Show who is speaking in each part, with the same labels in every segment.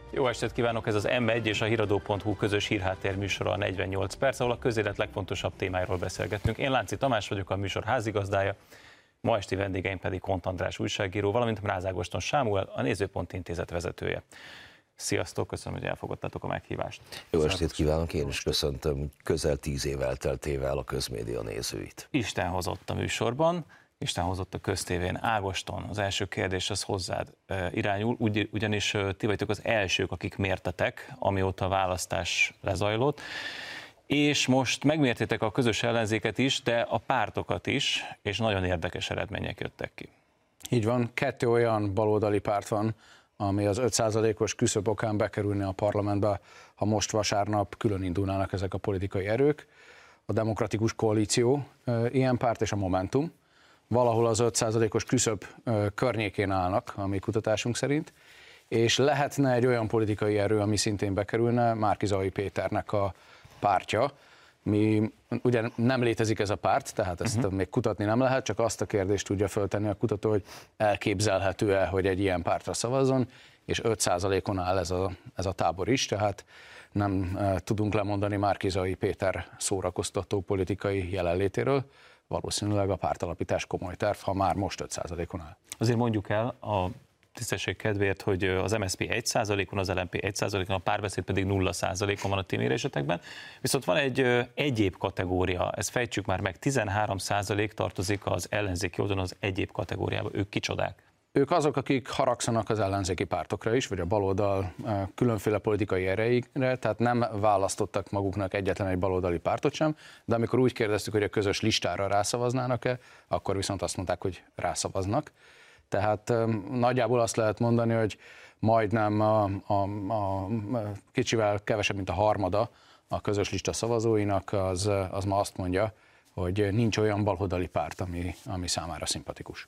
Speaker 1: Jó estét kívánok, ez az M1 és a Híradó.hu közös hírháttérműsora a 48 perc, ahol a közélet legfontosabb témáiról beszélgetünk. Én Lánci Tamás vagyok, a műsor házigazdája, ma esti vendégeim pedig Kont András újságíró, valamint Mráz Ágoston Sámuel, a Nézőpont Intézet vezetője. Sziasztok, köszönöm, hogy elfogadtátok a meghívást.
Speaker 2: Jó estét kívánok, én is köszöntöm közel 10 év elteltével a közmédia nézőit.
Speaker 1: Isten hozott a műsorban, Isten hozott a köztévén. Ágoston, az első kérdés az hozzád irányul, ugyanis ti vagytok az elsők, akik mértetek, amióta a választás lezajlott, és most megmértétek a közös ellenzéket is, de a pártokat is, és nagyon érdekes eredmények jöttek ki.
Speaker 3: Így van, 2 olyan baloldali párt van, ami az 5%-os küszöb okán bekerülne a parlamentbe, ha most vasárnap külön indulnának ezek a politikai erők. A Demokratikus Koalíció ilyen párt és a Momentum. Valahol az 5%-os küszöb környékén állnak, a mi kutatásunk szerint, és lehetne egy olyan politikai erő, ami szintén bekerülne, Márki-Zay Péternek a pártja. Ugye nem létezik ez a párt, tehát ezt még kutatni nem lehet, csak azt a kérdést tudja föltenni a kutató, hogy elképzelhető-e, hogy egy ilyen pártra szavazzon, és 5%-on áll ez a tábor is, tehát nem tudunk lemondani Márki-Zay Péter szórakoztató politikai jelenlétéről. Valószínűleg a pártalapítás komoly terv, ha már most 5%-on áll.
Speaker 1: Azért mondjuk el a tisztesség kedvéért, hogy az MSZP 1%-on, az LMP 1%-on, a Párbeszéd pedig 0%-on van a ti mérésetekben. Viszont van egy egyéb kategória, ezt fejtsük már meg, 13% tartozik az ellenzéki oldalon az egyéb kategóriába. Ők kicsodák?
Speaker 3: Ők azok, akik haragszanak az ellenzéki pártokra is, vagy a baloldal különféle politikai ereikre, tehát nem választottak maguknak egyetlen egy baloldali pártot sem, de amikor úgy kérdeztük, hogy a közös listára rászavaznának-e, akkor viszont azt mondták, hogy rászavaznak. Tehát nagyjából azt lehet mondani, hogy majdnem a kicsivel kevesebb, mint a harmada a közös lista szavazóinak, az ma azt mondja, hogy nincs olyan baloldali párt, ami számára szimpatikus.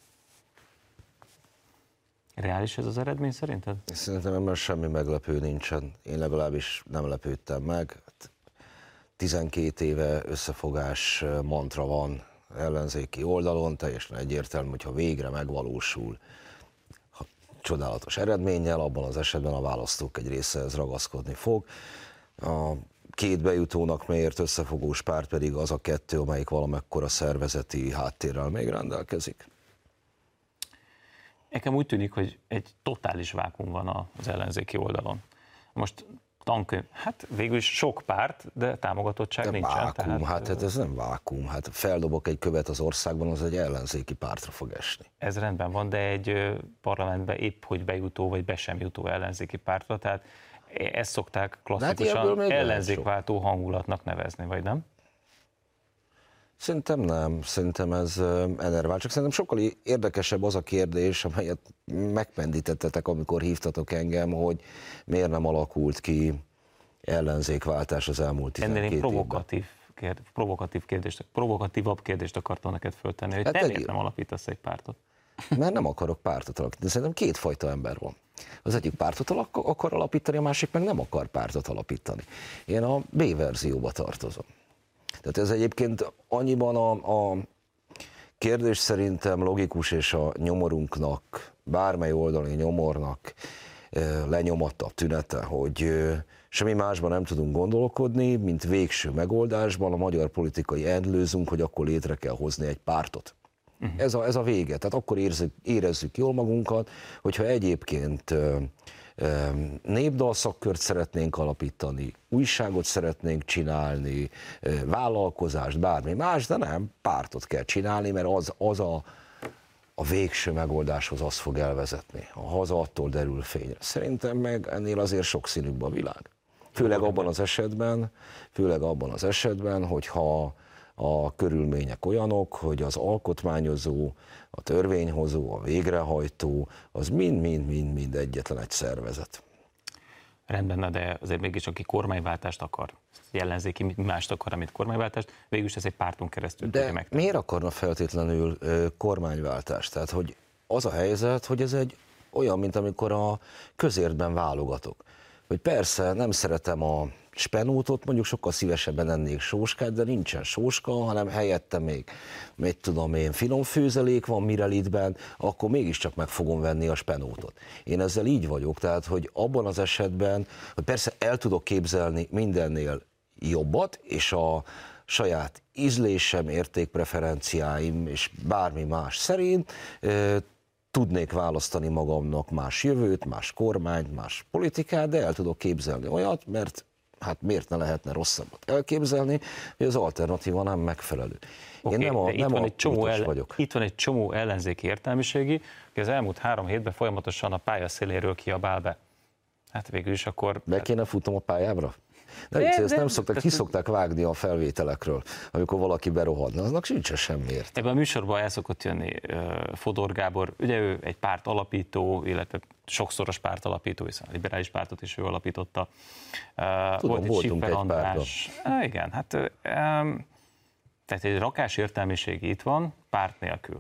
Speaker 1: Reális ez az eredmény szerinted?
Speaker 2: Szerintem ebben semmi meglepő nincsen. Én legalábbis nem lepődtem meg. 12 éve összefogás mantra van ellenzéki oldalon, teljesen egyértelmű, hogyha végre megvalósul csodálatos eredménnyel, abban az esetben a választók egy része ez ragaszkodni fog. A 2 bejutónak mért összefogós párt pedig az a 2, amelyik valamekkora szervezeti háttérrel még rendelkezik.
Speaker 1: Nekem úgy tűnik, hogy egy totális vákuum van az ellenzéki oldalon. Most hát végül is sok párt, de támogatottság nincsen.
Speaker 2: Vákuum, hát ez nem vákuum. Hát feldobok egy követ az országban, az egy ellenzéki pártra fog esni.
Speaker 1: Ez rendben van, de egy parlamentben épp hogy bejutó vagy be sem jutó ellenzéki pártra, tehát ezt szokták klasszikusan ellenzékváltó hangulatnak nevezni, vagy nem?
Speaker 2: Szerintem nem, szerintem ez enervál, csak szerintem sokkal érdekesebb az a kérdés, amelyet megpendítettetek, amikor hívtatok engem, hogy miért nem alakult ki ellenzékváltás az elmúlt 12 évben.
Speaker 1: Ennél provokatívabb kérdést akartam neked föltenni, hogy te miért nem alapítasz egy pártot?
Speaker 2: Mert nem akarok pártot alapítani, szerintem 2 fajta ember van. Az egyik pártot akar alapítani, a másik meg nem akar pártot alapítani. Én a B verzióba tartozom. Tehát ez egyébként annyiban a kérdés szerintem logikus, és a nyomorunknak, bármely oldali nyomornak lenyomatta a tünete, hogy semmi másban nem tudunk gondolkodni, mint végső megoldásban a magyar politikai endlőzünk, hogy akkor létre kell hozni egy pártot. Ez a vége. Tehát akkor érezzük jól magunkat, hogyha egyébként népdalszakkört szeretnénk alapítani, újságot szeretnénk csinálni, vállalkozást, bármi más, de nem, pártot kell csinálni, mert az a végső megoldáshoz az fog elvezetni. A haza attól derül fényre. Szerintem meg ennél azért sokszínűbb a világ. Főleg abban az esetben, hogyha a körülmények olyanok, hogy az alkotmányozó, a törvényhozó, a végrehajtó, az mind egyetlen egy szervezet.
Speaker 1: Rendben, de azért mégis aki kormányváltást akar, ellenzéki mást akar, amit kormányváltást, végülis ez egy párton keresztül tudja megtenni.
Speaker 2: De miért akarna feltétlenül kormányváltást? Tehát, hogy az a helyzet, hogy ez egy olyan, mint amikor a közértben válogatok. Hogy persze nem szeretem a spenótot mondjuk sokkal szívesebben ennék sóskát, de nincsen sóska, hanem helyette még, mit tudom én, finom főzelék van Mirelitben, akkor mégiscsak meg fogom venni a spenótot. Én ezzel így vagyok, tehát, hogy abban az esetben, hogy persze el tudok képzelni mindennél jobbat, és a saját ízlésem, értékpreferenciáim és bármi más szerint tudnék választani magamnak más jövőt, más kormányt, más politikát, de el tudok képzelni olyat, mert hát miért ne lehetne rosszabbat elképzelni, hogy az alternatíva nem megfelelő. Én nem a vagyok.
Speaker 1: Itt van egy csomó ellenzéki értelmiségi, aki az elmúlt 3 hétben folyamatosan a pályaszéléről kiabál be. Hát végül is akkor...
Speaker 2: Be kéne futnom a pályámra? Ezt nem szokták, ki szokták vágni a felvételekről, amikor valaki berohadna, aznak sincsen semmiért.
Speaker 1: Ebben a műsorban el szokott jönni Fodor Gábor, ugye ő egy párt alapító, illetve sokszoros párt alapító, hiszen a liberális pártot is ő alapította.
Speaker 2: Tudom, voltunk egy pártban.
Speaker 1: Igen, hát tehát egy rakás értelmiség itt van, párt nélkül.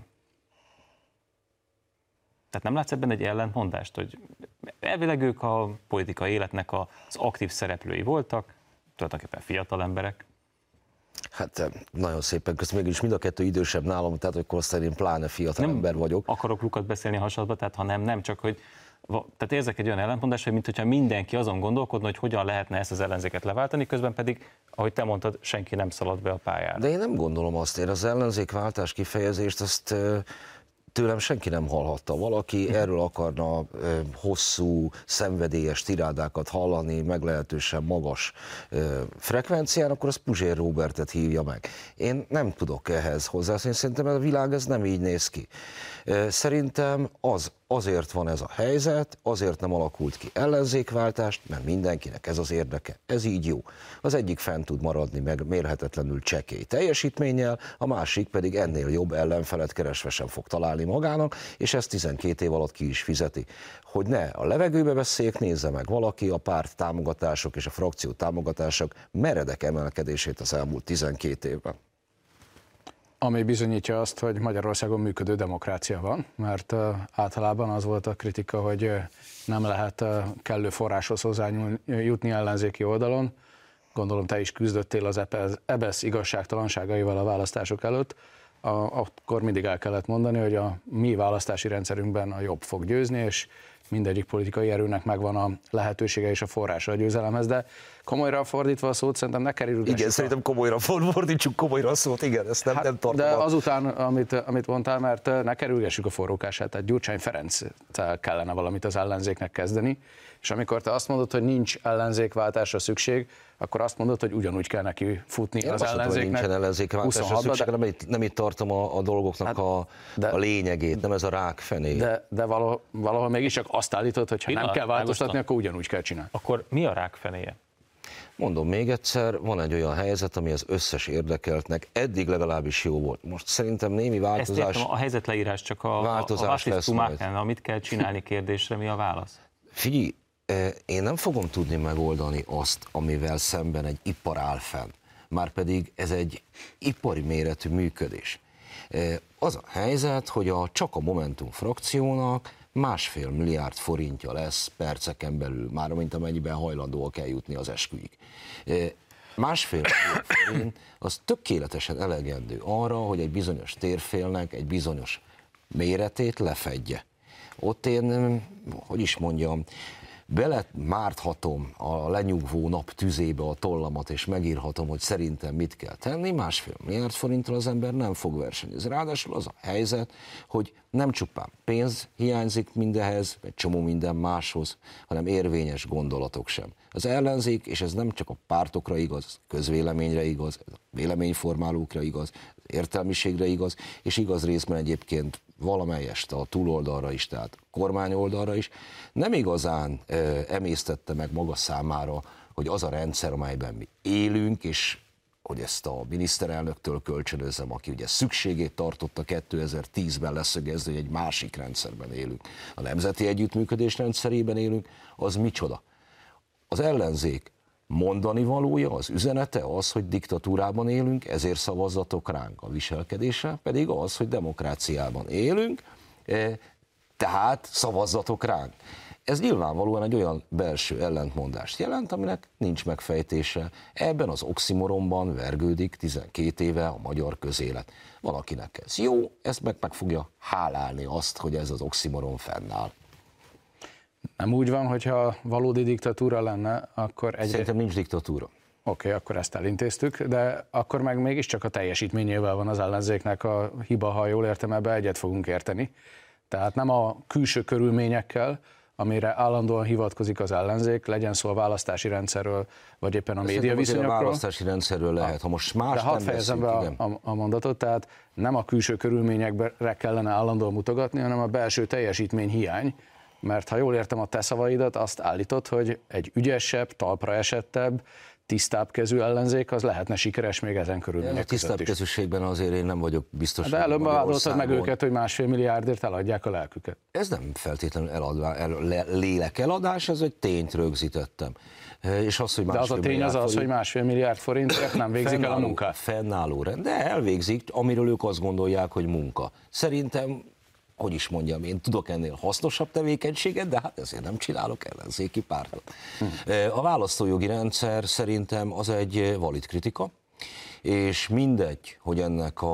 Speaker 1: Tehát nem látsz ebben egy ellentmondást, hogy elvileg ők a politikai életnek az aktív szereplői voltak, tulajdonképpen fiatal emberek. Hát
Speaker 2: nagyon szépen, közben mégis mind a kettő idősebb nálam, tehát akkor aztán én pláne fiatal ember vagyok.
Speaker 1: Akarok lukat beszélni a hasadba, tehát ha nem, csak hogy tehát érzek egy olyan ellentmondást, hogy mintha mindenki azon gondolkodna, hogy hogyan lehetne ezt az ellenzéket leváltani, közben pedig, ahogy te mondtad, senki nem szalad be a pályára.
Speaker 2: De én nem gondolom azt, én az ellenzékváltás kifejezést, azt tőlem senki nem hallhatta. Valaki erről akarna hosszú, szenvedélyes tirádákat hallani, meglehetősen magas frekvencián, akkor az Puzsér Róbertet hívja meg. Én nem tudok ehhez hozzászólni, szerintem a világ ez nem így néz ki. Szerintem azért van ez a helyzet, azért nem alakult ki ellenzékváltást, mert mindenkinek ez az érdeke. Ez így jó. Az egyik fent tud maradni meg mérhetetlenül csekély teljesítménnyel, a másik pedig ennél jobb ellenfelet keresve sem fog találni magának, és ezt 12 év alatt ki is fizeti. Hogy ne a levegőbe beszéljek, nézze meg valaki a párt támogatások és a frakció támogatások meredek emelkedését az elmúlt 12 évben.
Speaker 3: Ami bizonyítja azt, hogy Magyarországon működő demokrácia van, mert általában az volt a kritika, hogy nem lehet kellő forráshoz hozzányújutni ellenzéki oldalon. Gondolom te is küzdöttél az EBESZ igazságtalanságaival a választások előtt. Akkor mindig el kellett mondani, hogy a mi választási rendszerünkben a jobb fog győzni, és mindegyik politikai erőnek megvan a lehetősége és a forrása a győzelemhez, de komolyra fordítva a szót, szerintem ne kerülgessük.
Speaker 2: Igen, szerintem komolyra fordítsuk komolyra a szót, igen, ezt nem tartom.
Speaker 3: De azután, amit mondtál, mert ne kerülgessük a forrókását, tehát Gyurcsány Ferenccel kellene valamit az ellenzéknek kezdeni, és amikor te azt mondod, hogy nincs ellenzékváltásra szükség, akkor azt mondod, hogy ugyanúgy kell neki futni
Speaker 2: én
Speaker 3: az ellenzéknek.
Speaker 2: Nincsen ellenzékváltásra szükség, nem itt tartom a dolgoknak a lényegét, nem ez a rákfené.
Speaker 3: De valahol mégiscsak azt állítod, hogy ha nem kell változtatni, akkor ugyanúgy kell csinálni.
Speaker 1: Akkor mi a rákfenéje?
Speaker 2: Mondom még egyszer, van egy olyan helyzet, ami az összes érdekeltnek eddig legalábbis jó volt. Most szerintem némi változás...
Speaker 1: Ezt értem, a helyzetleírás csak a amit kell csinálni kérdésre, mi a válasz?
Speaker 2: Figyelj, én nem fogom tudni megoldani azt, amivel szemben egy ipar áll fenn. Márpedig ez egy ipari méretű működés. Az a helyzet, hogy csak a Momentum frakciónak 1,5 milliárd forintja lesz perceken belül, már mint amennyiben hajlandóak eljutni az esküig. 1,5 milliárd forint az tökéletesen elegendő arra, hogy egy bizonyos térfélnek egy bizonyos méretét lefedje. Ott én, hogy is mondjam, belemárthatom a lenyugvó nap tüzébe a tollamat, és megírhatom, hogy szerintem mit kell tenni, 1,5 milliárd forinttal az ember nem fog versenyezni. Ráadásul az a helyzet, hogy nem csupán pénz hiányzik mindehez, egy csomó minden máshoz, hanem érvényes gondolatok sem. Az ellenzék, és ez nem csak a pártokra igaz, közvéleményre igaz, a véleményformálókra igaz, az értelmiségre igaz, és igaz részben egyébként valamelyest a túloldalra is, tehát a kormány oldalra is, nem igazán emésztette meg maga számára, hogy az a rendszer, amelyben mi élünk, és hogy ezt a miniszterelnöktől kölcsönözzem, aki ugye szükségét tartotta 2010-ben leszögezni, hogy egy másik rendszerben élünk. A nemzeti együttműködés rendszerében élünk, az micsoda? Az ellenzék mondani valója, az üzenete az, hogy diktatúrában élünk, ezért szavazzatok ránk. A viselkedése pedig az, hogy demokráciában élünk, tehát szavazzatok ránk. Ez nyilvánvalóan egy olyan belső ellentmondást jelent, aminek nincs megfejtése. Ebben az oximoronban vergődik 12 éve a magyar közélet. Van, akinek ez jó, ezt meg fogja hálálni azt, hogy ez az oximoron fennáll.
Speaker 3: Nem úgy van, hogyha valódi diktatúra lenne, akkor
Speaker 2: Szerintem nincs diktatúra.
Speaker 3: Oké, akkor ezt elintéztük, de akkor meg mégiscsak a teljesítményével van az ellenzéknek a hiba, ha jól értem, ebbe egyet fogunk érteni. Tehát nem a külső körülményekkel, amire állandóan hivatkozik az ellenzék, legyen szó a választási rendszerről, vagy éppen a média viszonyokról.
Speaker 2: A választási rendszerről lehet, ha most más
Speaker 3: de hadd fejezem be a mondatot, tehát nem a külső körülményekre kellene állandóan mutogatni, hanem a belső teljesítmény hiány, mert ha jól értem a te szavaidat, azt állítod, hogy egy ügyesebb, talpra esettebb, tisztább kezű ellenzék, az lehetne sikeres még ezen körülmények között is.
Speaker 2: Tisztább kezűségben azért én nem vagyok biztos.
Speaker 3: De előbb vádoltad meg őket, hogy 1,5 milliárdért eladják a lelküket.
Speaker 2: Ez nem feltétlenül lélekeladás, ez egy tényt rögzítettem. És az, hogy
Speaker 3: de az a tény az, hogy 1,5 milliárd forintért nem végzik el a munkát.
Speaker 2: Fennálló rend, de elvégzik, amiről ők azt gondolják, hogy munka. Szerintem, hogy is mondjam, én tudok ennél hasznosabb tevékenységet, de hát ezért nem csinálok ellenzéki pártot. A választójogi rendszer szerintem az egy valid kritika, és mindegy, hogy ennek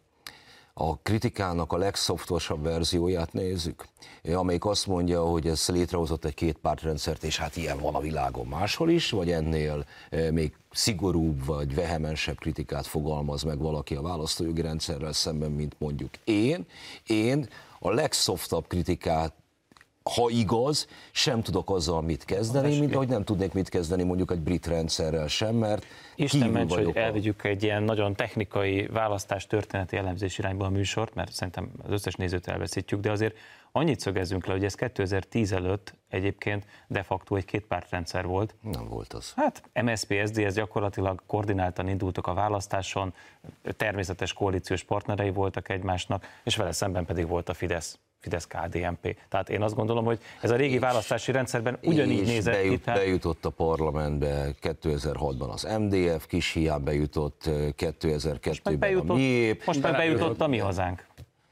Speaker 2: a kritikának a legszoftosabb verzióját nézzük, amelyik azt mondja, hogy ez létrehozott egy kétpártrendszert, és hát ilyen van a világon máshol is, vagy ennél még szigorúbb vagy vehemensebb kritikát fogalmaz meg valaki a választójogi rendszerrel szemben, mint mondjuk én a legszoftabb kritikát, ha igaz, sem tudok azzal mit kezdeni, mint ahogy nem tudnék mit kezdeni mondjuk egy brit rendszerrel sem, mert
Speaker 1: Isten ments, hogy elvigyük egy ilyen nagyon technikai választás történeti elemzés irányba a műsort, mert szerintem az összes nézőt elveszítjük, de azért annyit szögezzünk le, hogy ez 2010 előtt egyébként de facto egy kétpártrendszer volt.
Speaker 2: Nem volt az.
Speaker 1: Hát MSZP, SZDSZ gyakorlatilag koordináltan indultak a választáson, természetes koalíciós partnerei voltak egymásnak, és vele szemben pedig volt a Fidesz-KDNP. Tehát én azt gondolom, hogy ez a régi választási rendszerben ugyanígy nézett ki.
Speaker 2: Bejutott a parlamentbe 2006-ban az MDF, kis hiány bejutott 2002-ben a MIEP.
Speaker 1: Most már bejutott a Mi Hazánk.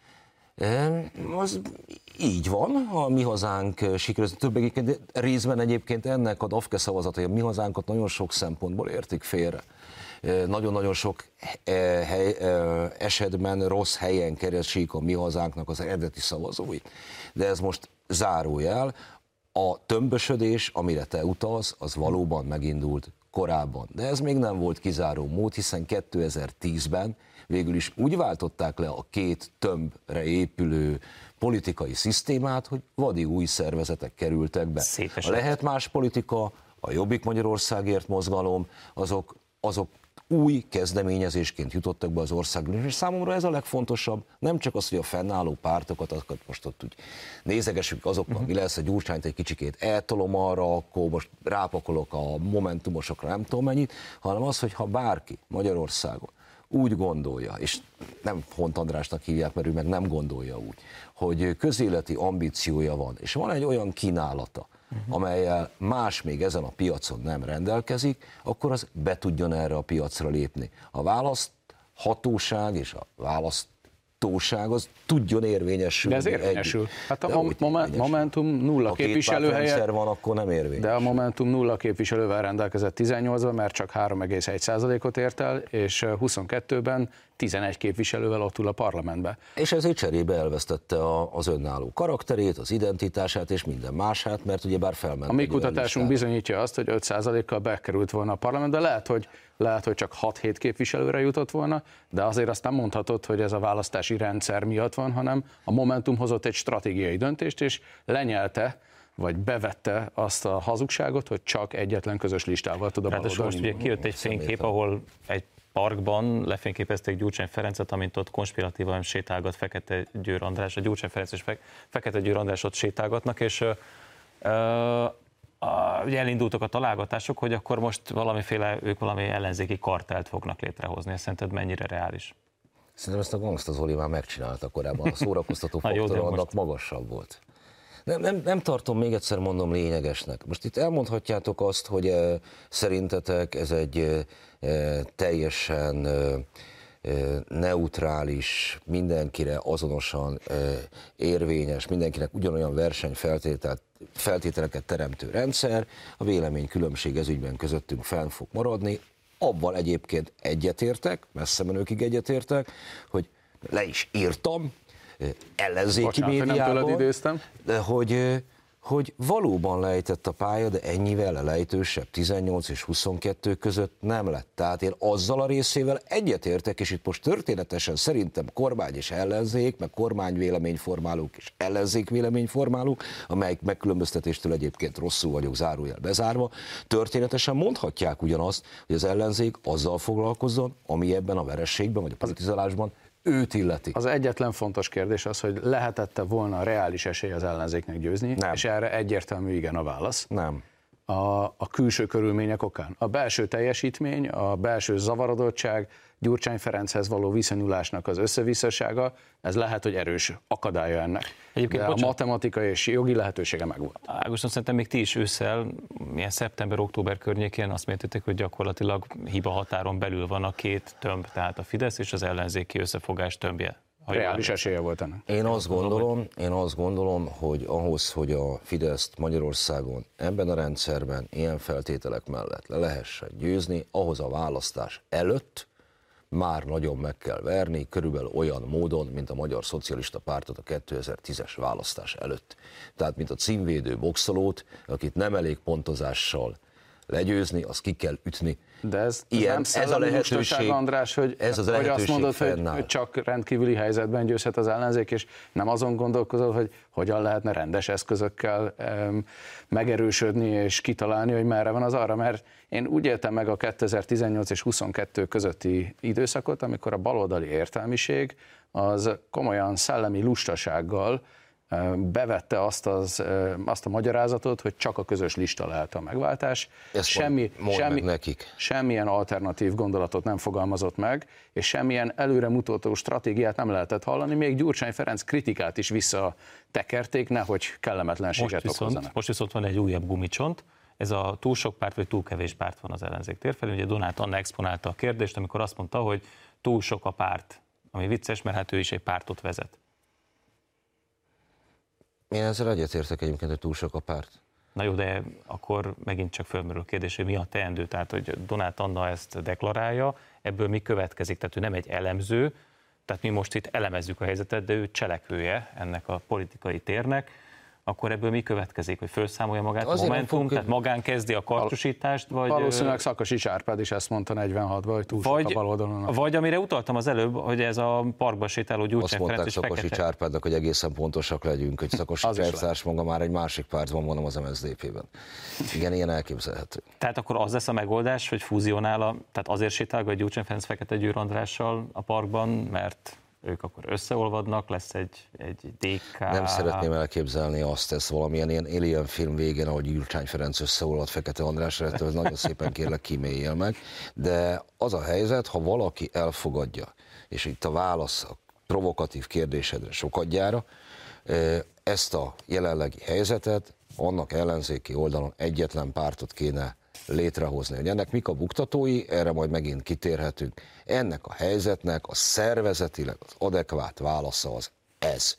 Speaker 2: Az így van, a Mi Hazánk sikerült, többek részben egyébként ennek a DAFKE szavazatai a Mi Hazánkat nagyon sok szempontból értik félre. Nagyon-nagyon sok esetben rossz helyen keresik a Mi Hazánknak az eredeti szavazói. De ez most zárójel, a tömbösödés, amire te utalsz, az valóban megindult korábban. De ez még nem volt kizáró mód, hiszen 2010-ben végül is úgy váltották le a két tömbre épülő politikai szisztémát, hogy vadi új szervezetek kerültek be. A Lehet Más politika, a Jobbik Magyarországért mozgalom, azok új kezdeményezésként jutottak be az országban, és számomra ez a legfontosabb, nem csak az, hogy a fennálló pártokat, azokat most ott úgy nézegessük azokkal, mi lesz, a Gyurcsányt egy kicsikét eltolom arra, akkor most rápakolok a momentumosokra nem tudom mennyit, hanem az, hogy ha bárki Magyarországon úgy gondolja, és nem Hont Andrásnak hívják, mert ő meg nem gondolja úgy, hogy közéleti ambíciója van, és van egy olyan kínálata, amellyel más még ezen a piacon nem rendelkezik, akkor az be tudjon erre a piacra lépni. A választhatóság és a választóság az tudjon érvényesülni.
Speaker 3: De ez érvényesül. Hát a Momentum 0 képviselőhelyen
Speaker 2: van, akkor nem érvényes.
Speaker 3: De a Momentum 0 képviselővel rendelkezett 18-ban, mert csak 3,1%-ot ért el, és 22-ben 11 képviselővel ott ül a parlamentbe.
Speaker 2: És ezért cserébe elvesztette az önálló karakterét, az identitását és minden mását, mert ugyebár felment.
Speaker 3: A mi kutatásunk bizonyítja azt, hogy 5%-kal bekerült volna a parlamentbe, lehet, hogy csak 6-7 képviselőre jutott volna, de azért azt nem mondhatod, hogy ez a választási rendszer miatt van, hanem a Momentum hozott egy stratégiai döntést, és lenyelte, vagy bevette azt a hazugságot, hogy csak egyetlen közös listával tud a baloldal
Speaker 1: most ugye kijött egy fénykép, ahol egy parkban lefényképezték Gyurcsány Ferencet, amint ott konspiratívan sétálgat Fekete Győr András, a Gyurcsány Ferenc és Fekete Győr András ott sétálgatnak, és ugye elindultak a találgatások, hogy akkor most ők valami ellenzéki kartelt fognak létrehozni. Ez szerinted mennyire reális?
Speaker 2: Szerintem ezt a Gangsta Zoli már megcsinálta korábban, a szórakoztató faktor annak magasabb volt. Nem tartom, még egyszer mondom, lényegesnek. Most itt elmondhatjátok azt, hogy szerintetek ez egy teljesen neutrális, mindenkire azonosan érvényes, mindenkinek ugyanolyan versenyfeltételeket teremtő rendszer, a véleménykülönbség ez ügyben közöttünk fenn fog maradni. Abban egyébként egyetértek, messze menőkig egyetértek, hogy le is írtam, ellenzéki médiában, hogy valóban lejtett a pálya, de ennyivel a lejtősebb 18 és 22 között nem lett. Tehát én azzal a részével egyetértek, és itt most történetesen szerintem kormány és ellenzék, meg kormányvéleményformálók és ellenzékvéleményformálók, amelyik megkülönböztetéstől egyébként rosszul vagyok, zárójel bezárva, történetesen mondhatják ugyanazt, hogy az ellenzék azzal foglalkozzon, ami ebben a verességben vagy a politizálásban őt illeti.
Speaker 3: Az egyetlen fontos kérdés az, hogy lehetette volna reális esély az ellenzéknek győzni, nem. És erre egyértelmű igen a válasz.
Speaker 2: Nem.
Speaker 3: A külső körülmények okán. A belső teljesítmény, a belső zavarodottság, Gyurcsány Ferenchez való viszonyulásnak az összevisszasága, ez lehet, hogy erős akadálya ennek. Egyébként de a matematikai és jogi lehetősége megvolt.
Speaker 1: Ágoston, szerintem még ti is ősszel, ilyen szeptember-október környékén azt mértétek, hogy gyakorlatilag hiba határon belül van a két tömb, tehát a Fidesz és az ellenzéki összefogás tömbje.
Speaker 3: Reális esélye volt ennek.
Speaker 2: Én azt gondolom, hogy ahhoz, hogy a Fideszt Magyarországon ebben a rendszerben ilyen feltételek mellett le lehessen győzni, ahhoz a választás előtt már nagyon meg kell verni, körülbelül olyan módon, mint a Magyar Szocialista Pártot a 2010-es választás előtt. Tehát, mint a címvédő boxolót, akit nem elég pontozással legyőzni, azt ki kell ütni.
Speaker 3: De ez nem szellemi lustaság, András, hogy azt mondod, hogy csak rendkívüli helyzetben győzhet az ellenzék, és nem azon gondolkozol, hogy hogyan lehetne rendes eszközökkel megerősödni és kitalálni, hogy merre van az arra, mert én úgy éltem meg a 2018 és 22 közötti időszakot, amikor a baloldali értelmiség az komolyan szellemi lustasággal bevette azt a magyarázatot, hogy csak a közös lista lehet a megváltás. Semmilyen alternatív gondolatot nem fogalmazott meg, és semmilyen előremutató stratégiát nem lehetett hallani, még Gyurcsány Ferenc kritikát is visszatekerték, nehogy kellemetlenséget okozzanak.
Speaker 1: Most viszont van egy újabb gumicsont, ez a túl sok párt vagy túl kevés párt van az ellenzék térfelén. Ugye Donát Anna exponálta a kérdést, amikor azt mondta, hogy túl sok a párt, ami vicces, mert hát ő is egy pártot vezet.
Speaker 2: Én ezzel egyetértek egyébként, hogy túl sok a párt.
Speaker 1: Na jó, de akkor megint csak fölmerül a kérdés, hogy mi a teendő, tehát hogy Donát Anna ezt deklarálja, ebből mi következik, tehát ő nem egy elemző, tehát mi most itt elemezzük a helyzetet, de ő cselekvője ennek a politikai térnek, akkor ebből mi következik, hogy felszámolja magát a Momentum, tehát magán kezdi a kartusítást, vagy...
Speaker 3: Valószínűleg Szakasics Árpád is ezt mondta 46-ban, hogy túl sok a baloldalon.
Speaker 1: Vagy amire utaltam az előbb, hogy ez a parkba sétáló Gyurcsány Ferenc
Speaker 2: és fekete. Azt mondták Szakasics Árpádnak, hogy egészen pontosak legyünk, hogy Szakasics Árpád maga már egy másik pártban van, az MSZDP-ben. Igen, ilyen elképzelhető.
Speaker 1: Tehát akkor az lesz a megoldás, hogy fúzionál, tehát azért sétálgat Gyurcsány Ferenc Fekete Győr Andrással a parkban, mert ők akkor összeolvadnak, lesz egy DK...
Speaker 2: Nem szeretném elképzelni azt, ez valamilyen ilyen Alien film végén, ahogy Gyurcsány Ferenc összeolvad Fekete Andrásra, ez nagyon szépen kérlek kíméljél meg, de az a helyzet, ha valaki elfogadja, és itt a válasz a provokatív kérdésedre sokadjára, ezt a jelenlegi helyzetet, annak ellenzéki oldalon egyetlen pártot kéne létrehozni. Hogy ennek mik a buktatói, erre majd megint kitérhetünk. Ennek a helyzetnek a szervezetileg az adekvát válasza az ez.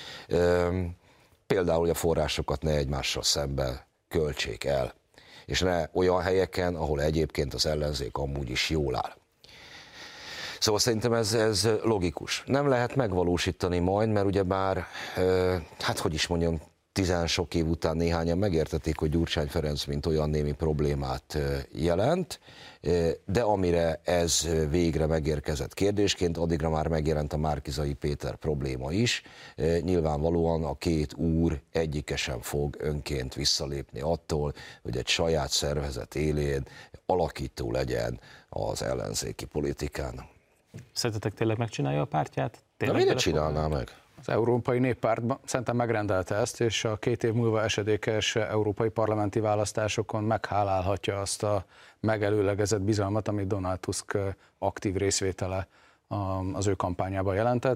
Speaker 2: Például, hogy a forrásokat ne egymással szemben költsék el, és ne olyan helyeken, ahol egyébként az ellenzék amúgy is jól áll. Szóval szerintem ez logikus. Nem lehet megvalósítani majd, mert ugyebár, hát hogy is mondjam, sok év után néhányan megértették, hogy Gyurcsány Ferenc mint olyan némi problémát jelent, de amire ez végre megérkezett kérdésként, addigra már megjelent a Márki-Zay Péter probléma is. Nyilvánvalóan a két úr egyike sem fog önként visszalépni attól, hogy egy saját szervezet élén alakító legyen az ellenzéki politikán.
Speaker 1: Szerintetek tényleg megcsinálja a pártját?
Speaker 2: De miért csinálná meg?
Speaker 3: Az Európai Néppárt szerintem megrendelte ezt, és a 2 év múlva esedékes európai parlamenti választásokon meghálálhatja azt a megelőlegezett bizalmat, amit Donald Tusk aktív részvétele az ő kampányában jelentett.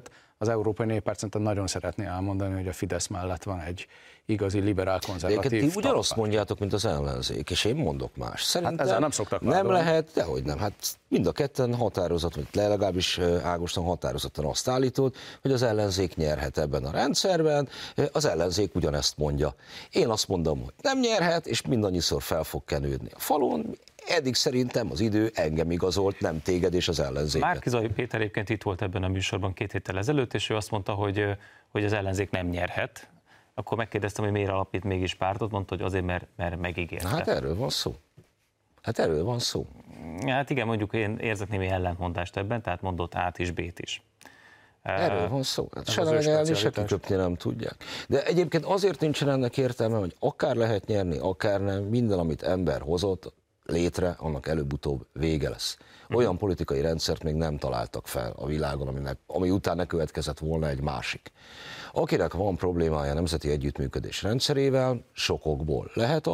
Speaker 3: az Európai Néppárt szerintem nagyon szeretné elmondani, hogy a Fidesz mellett van egy igazi liberál-konzervatív.
Speaker 2: Ti ugyanazt mondjátok, mint az ellenzék, és én mondok más. Szerintem
Speaker 3: ezzel nem szoktak
Speaker 2: nem
Speaker 3: vádolni.
Speaker 2: lehet, dehogy nem. Hát mind a ketten határozottan, vagy legalábbis Ágoston határozottan azt állítod, hogy az ellenzék nyerhet ebben a rendszerben, az ellenzék ugyanezt mondja. Én azt mondom, hogy nem nyerhet, és mindannyiszor fel fog kenődni a falon. Eddig szerintem az idő engem igazolt, nem téged és az ellenzéket.
Speaker 1: Márki-Zay Péter egyébként itt volt ebben a műsorban 2 héttel ezelőtt, és ő azt mondta, hogy az ellenzék nem nyerhet. Akkor megkérdeztem, hogy miért alapít mégis pártot, mondta, hogy azért, mert megígérte.
Speaker 2: Hát erről van szó.
Speaker 1: Hát igen, mondjuk én érzek némi ellentmondást ebben, tehát mondott A-t is, B-t is.
Speaker 2: Erről van szó. Hát se legelni, se kiköpni nem tudják. De egyébként azért nincsen ennek értelme, hogy akár lehet nyerni, akár nem, minden, amit ember hozott létre, annak előbb-utóbb vége lesz. Olyan politikai rendszert még nem találtak fel a világon, ami után ne következett volna egy másik. Akinek van problémája a nemzeti együttműködés rendszerével, sokokból lehet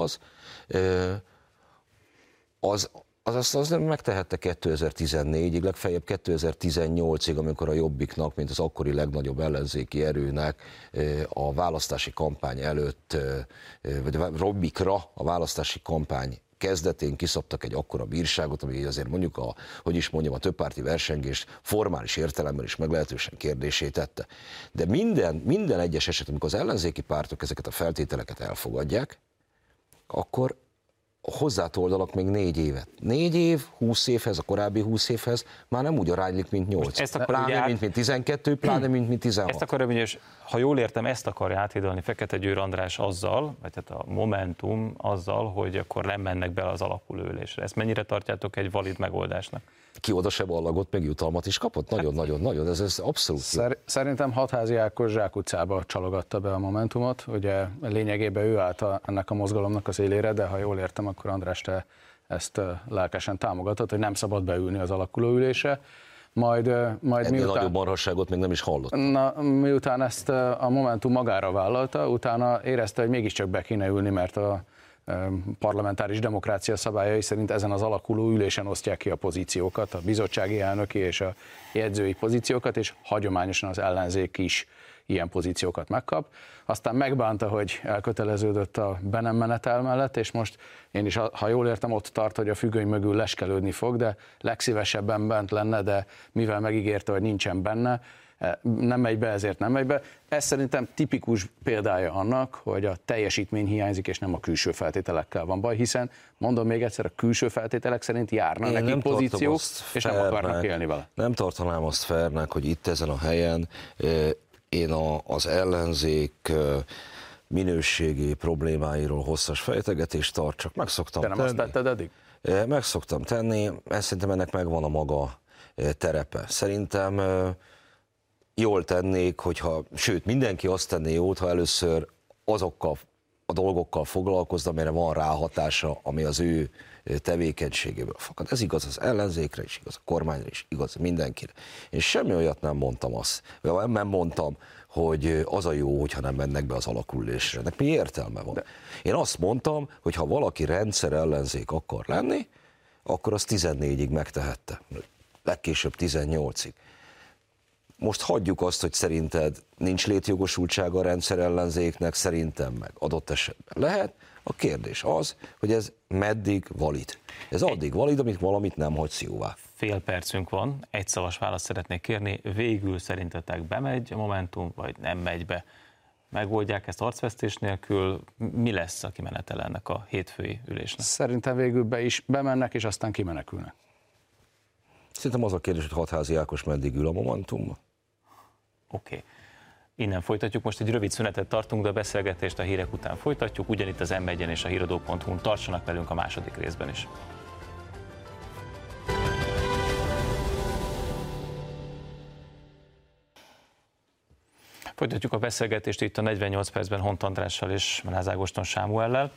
Speaker 2: az nem megtehette 2014-ig, legfeljebb 2018-ig, amikor a Jobbiknak, mint az akkori legnagyobb ellenzéki erőnek a választási kampány előtt, vagy a Jobbikra a választási kampány kezdetén kiszabtak egy akkora bírságot, ami azért mondjuk a többpárti versengést formális értelemben is meglehetősen kérdésé tette. De minden egyes eset, amikor az ellenzéki pártok ezeket a feltételeket elfogadják, akkor hozzátoldanak még 4 évet. 4 év, 20 évhez, a korábbi 20 évhez már nem úgy aránylik, mint 8. Pláne, mint 12, pláne, mint 16.
Speaker 1: Ezt akarja, és ha jól értem, ezt akarja áthidalni Fekete Győr András azzal, vagy hát a Momentum azzal, hogy akkor nem mennek be az alakulóülésre. Ezt mennyire tartjátok egy valid megoldásnak?
Speaker 2: Ki oda se ballagott, meg jutalmat is kapott? Nagyon, ez abszolút.
Speaker 3: Szerintem Hatházi Ákos zsákutcába csalogatta be a Momentumot, ugye lényegében ő állt ennek a mozgalomnak az élére, de ha jól értem, akkor András, te ezt lelkesen támogatod, hogy nem szabad beülni az alakulóülésre. Ennél
Speaker 2: miután, nagyobb marhasságot még nem is hallott.
Speaker 3: Miután ezt a Momentum magára vállalta, utána érezte, hogy mégiscsak be kéne ülni, mert a parlamentáris demokrácia szabályai szerint ezen az alakuló ülésen osztják ki a pozíciókat, a bizottsági elnöki és a jegyzői pozíciókat, és hagyományosan az ellenzék is ilyen pozíciókat megkap. Aztán megbánta, hogy elköteleződött a be nem menetel mellett, és most én is, ha jól értem, ott tart, hogy a függöny mögül leskelődni fog, de legszívesebben bent lenne, de mivel megígérte, hogy nincsen benne, nem megy be, ezért nem megy be. Ez szerintem tipikus példája annak, hogy a teljesítmény hiányzik, és nem a külső feltételekkel van baj, hiszen mondom még egyszer, a külső feltételek szerint járna nekik pozíciók, és nem akarnak élni vele.
Speaker 2: Nem tartanám azt fairnek, hogy itt ezen a helyen én az ellenzék minőségi problémáiról hosszas fejtegetést tartsak. Meg szoktam tenni.
Speaker 3: De nem azt tetted eddig?
Speaker 2: Meg szoktam tenni, szerintem ennek megvan a maga terepe. Szerintem jól tennék, sőt mindenki azt tenné jót, ha először azokkal a dolgokkal foglalkozna, amire van ráhatása, ami az ő tevékenységéből fakad. Ez igaz az ellenzékre is, igaz a kormányra is, igaz mindenkire. Én semmi olyat nem mondtam, hogy az a jó, hogyha nem mennek be az alakulésre. Ennek mi értelme van? Én azt mondtam, hogy ha valaki rendszer ellenzék akar lenni, akkor az 14-ig megtehette. Legkésőbb 18-ig. Most hagyjuk azt, hogy szerinted nincs létjogosultsága a rendszer ellenzéknek, szerintem meg adott esetben lehet. A kérdés az, hogy ez meddig valid. Ez addig valid, amíg valamit nem hagysz jóvá.
Speaker 1: Fél percünk van, egyszavas választ szeretnék kérni. Végül szerintetek bemegy a Momentum, vagy nem megy be? Megoldják ezt arcvesztés nélkül? Mi lesz a kimenetele ennek a hétfői ülésnek?
Speaker 3: Szerintem végül bemennek, és aztán kimenekülnek.
Speaker 2: Szerintem az a kérdés, hogy Hatházi Ákos meddig ül a Momentumban.
Speaker 1: Oké. Innen folytatjuk, most egy rövid szünetet tartunk, de a beszélgetést a hírek után folytatjuk, ugyanitt az M1-en és a híradó.hu-n. Tartsanak velünk a második részben is. Folytatjuk a beszélgetést itt a 48 percben Hont Andrással és Menáz Ágoston Sámuellel.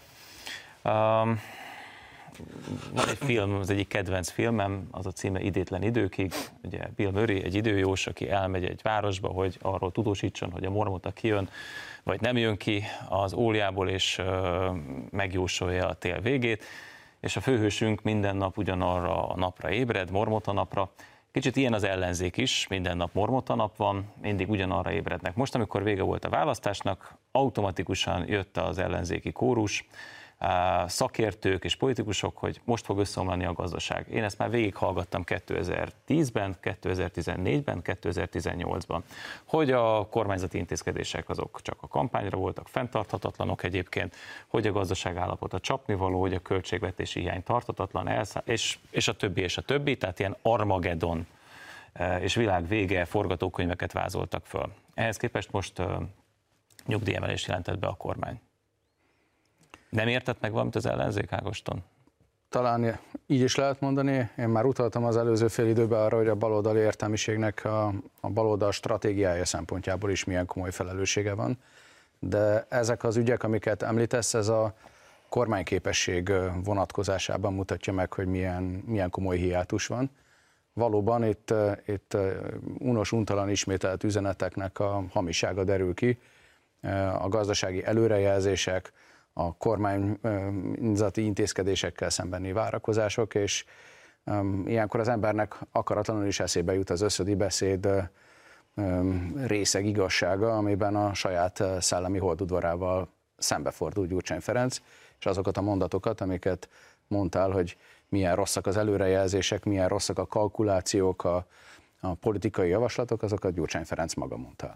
Speaker 1: Van egy film, az egyik kedvenc filmem, az a címe Idétlen időkig. Ugye Bill Murray, egy időjós, aki elmegy egy városba, hogy arról tudósítson, hogy a mormota kijön, vagy nem jön ki az óliából, és megjósolja a tél végét. És a főhősünk minden nap ugyanarra a napra ébred, mormota napra, Kicsit ilyen az ellenzék is, minden nap mormota nap van, mindig ugyanarra ébrednek. Most, amikor vége volt a választásnak, automatikusan jött az ellenzéki kórus, szakértők és politikusok, hogy most fog összeomlani a gazdaság. Én ezt már végighallgattam 2010-ben, 2014-ben, 2018-ban, hogy a kormányzati intézkedések azok csak a kampányra voltak, fenntarthatatlanok egyébként, hogy a gazdaság állapota csapnivaló, hogy a költségvetési hiány tarthatatlan, és a többi, tehát ilyen Armageddon és világ vége forgatókönyveket vázoltak föl. Ehhez képest most nyugdíjemelést jelentett be a kormány. Nem értett meg valamit az ellenzék, Ágoston?
Speaker 3: Talán így is lehet mondani. Én már utaltam az előző fél időben arra, hogy a baloldali értelmiségnek a baloldal stratégiája szempontjából is milyen komoly felelőssége van. De ezek az ügyek, amiket említesz, ez a kormányképesség vonatkozásában mutatja meg, hogy milyen komoly hiátus van. Valóban itt unos-untalan ismételt üzeneteknek a hamisága derül ki. A gazdasági előrejelzések, a kormányzati intézkedésekkel szembeni várakozások, és ilyenkor az embernek akaratlanul is eszébe jut az összödi beszéd részeg igazsága, amiben a saját szellemi holdudvarával szembefordul Gyurcsány Ferenc, és azokat a mondatokat, amiket mondtál, hogy milyen rosszak az előrejelzések, milyen rosszak a kalkulációk, a politikai javaslatok, azokat Gyurcsány Ferenc maga mondta.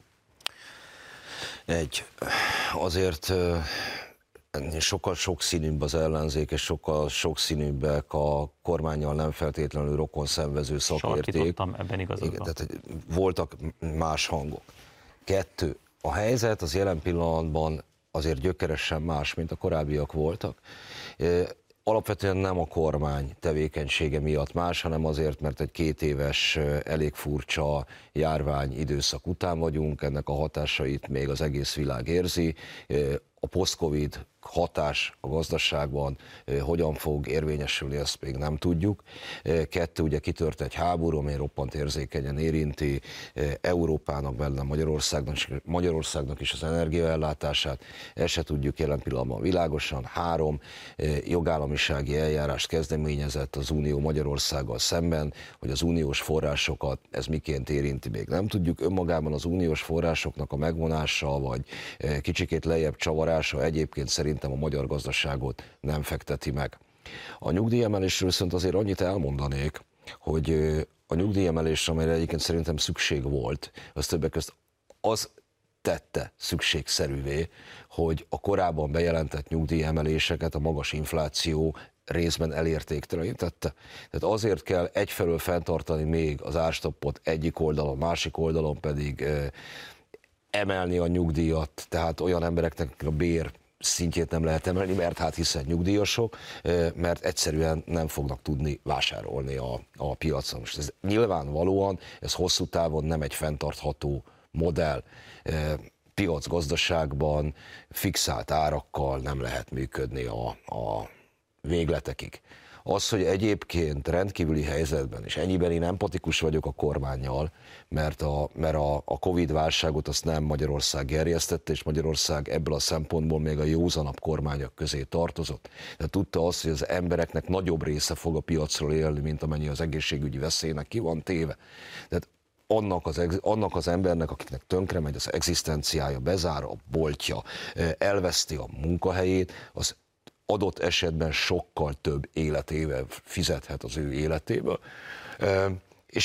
Speaker 2: Azért sokkal sokszínűbb az ellenzék, és sokkal sokszínűbbek a kormánnyal nem feltétlenül rokon szenvező szakérték.
Speaker 1: Sarkítottam, ebben igazad van.
Speaker 2: Tehát voltak más hangok. 2. A helyzet az jelen pillanatban azért gyökeresen más, mint a korábbiak voltak. Alapvetően nem a kormány tevékenysége miatt más, hanem azért, mert egy 2 éves, elég furcsa járvány időszak után vagyunk, ennek a hatásait még az egész világ érzi. A post-covid hatás a gazdaságban hogyan fog érvényesülni, ezt még nem tudjuk. 2, ugye kitört egy háború, amely roppant érzékenyen érinti Európának, benne Magyarországnak is az energiaellátását. Ezt se tudjuk jelen pillanatban világosan. 3, jogállamisági eljárást kezdeményezett az Unió Magyarországgal szemben, hogy az uniós forrásokat ez miként érinti, még nem tudjuk. Önmagában az uniós forrásoknak a megvonása, vagy kicsikét lejjebb csavarása egyébként szerintem a magyar gazdaságot nem fekteti meg. A nyugdíjemelésről viszont azért annyit elmondanék, hogy a nyugdíjemelésre, amelyre egyébként szerintem szükség volt, az többek között az tette szükségszerűvé, hogy a korábban bejelentett nyugdíjemeléseket a magas infláció részben elértéktelenítette. Tehát azért kell egyfelől fenntartani még az árstoppot egyik oldalon, másik oldalon pedig emelni a nyugdíjat, tehát olyan embereknek, akik a bér szintjét nem lehet emelni, mert hát hiszen nyugdíjasok, mert egyszerűen nem fognak tudni vásárolni a piacon. Most ez nyilvánvalóan, ez hosszú távon nem egy fenntartható modell. Piacgazdaságban fixált árakkal nem lehet működni a végletekig. Az, hogy egyébként rendkívüli helyzetben, és ennyiben én empatikus vagyok a kormánnyal, mert a Covid-válságot azt nem Magyarország gerjesztette, és Magyarország ebből a szempontból még a józanabb kormányok közé tartozott. De tudta azt, hogy az embereknek nagyobb része fog a piacról élni, mint amennyi az egészségügyi veszélynek ki van téve. Tehát annak az embernek, akiknek tönkre megy az egzisztenciája, bezár a boltja, elveszti a munkahelyét, az adott esetben sokkal több életével fizethet az ő életéből. És